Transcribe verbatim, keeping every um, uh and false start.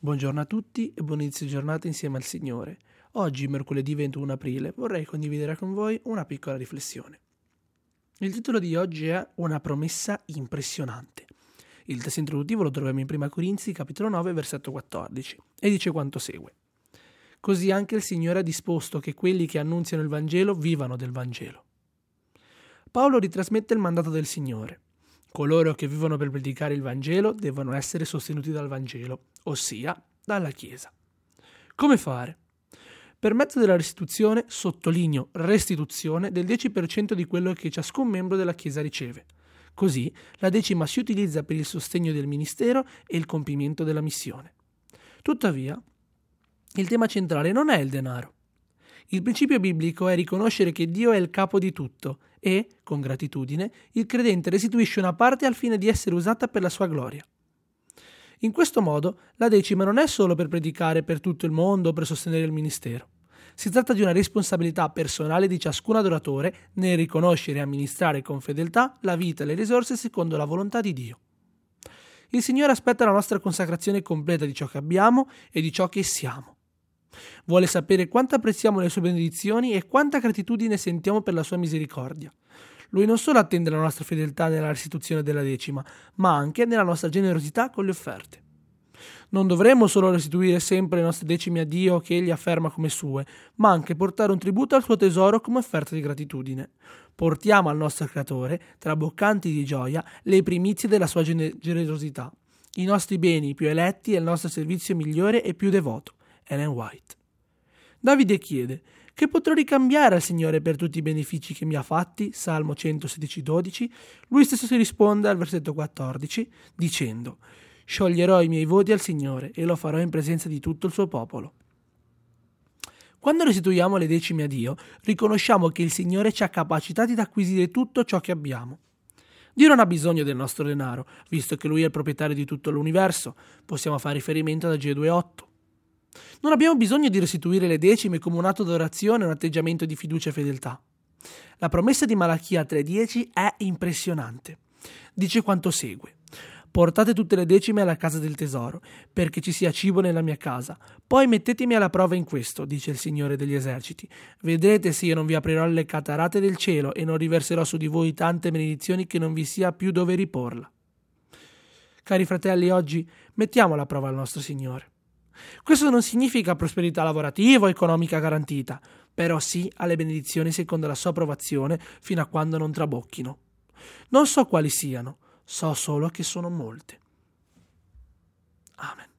Buongiorno a tutti e buon inizio giornata insieme al Signore. Oggi, mercoledì ventuno aprile, vorrei condividere con voi una piccola riflessione. Il titolo di oggi è Una promessa impressionante. Il testo introduttivo lo troviamo in prima Corinzi, capitolo nove, versetto quattordici, e dice quanto segue. Così anche il Signore ha disposto che quelli che annunziano il Vangelo vivano del Vangelo. Paolo ritrasmette il mandato del Signore. Coloro che vivono per predicare il Vangelo devono essere sostenuti dal Vangelo, ossia dalla Chiesa. Come fare? Per mezzo della restituzione, sottolineo restituzione, del dieci per cento di quello che ciascun membro della Chiesa riceve. Così la decima si utilizza per il sostegno del ministero e il compimento della missione. Tuttavia, il tema centrale non è il denaro. Il principio biblico è riconoscere che Dio è il capo di tutto e, con gratitudine, il credente restituisce una parte al fine di essere usata per la sua gloria. In questo modo, la decima non è solo per predicare per tutto il mondo o per sostenere il ministero. Si tratta di una responsabilità personale di ciascun adoratore nel riconoscere e amministrare con fedeltà la vita e le risorse secondo la volontà di Dio. Il Signore aspetta la nostra consacrazione completa di ciò che abbiamo e di ciò che siamo. Vuole sapere quanto apprezziamo le sue benedizioni e quanta gratitudine sentiamo per la sua misericordia. Lui non solo attende la nostra fedeltà nella restituzione della decima, ma anche nella nostra generosità con le offerte. Non dovremmo solo restituire sempre le nostre decime a Dio che Egli afferma come sue, ma anche portare un tributo al suo tesoro come offerta di gratitudine. Portiamo al nostro Creatore, traboccanti di gioia, le primizie della sua gener- generosità, i nostri beni più eletti e il nostro servizio migliore e più devoto. Ellen White. Davide chiede: che potrò ricambiare al Signore per tutti i benefici che mi ha fatti? Salmo centosedici dodici. Lui stesso si risponde al versetto quattordici dicendo: scioglierò i miei voti al Signore e lo farò in presenza di tutto il suo popolo. Quando restituiamo le decime a Dio, riconosciamo che il Signore ci ha capacitati ad acquisire tutto ciò che abbiamo. Dio non ha bisogno del nostro denaro, visto che Lui è il proprietario di tutto l'universo. Possiamo fare riferimento ad Agee due otto. Non abbiamo bisogno di restituire le decime come un atto d'adorazione o un atteggiamento di fiducia e fedeltà. La promessa di Malachia tre dieci è impressionante. Dice quanto segue: portate tutte le decime alla casa del tesoro, perché ci sia cibo nella mia casa. Poi mettetemi alla prova in questo, dice il Signore degli eserciti. Vedrete se io non vi aprirò le catarate del cielo e non riverserò su di voi tante benedizioni che non vi sia più dove riporla. Cari fratelli, oggi mettiamo alla prova il nostro Signore. Questo non significa prosperità lavorativa o economica garantita, però sì alle benedizioni secondo la sua approvazione fino a quando non trabocchino. Non so quali siano, so solo che sono molte. Amen.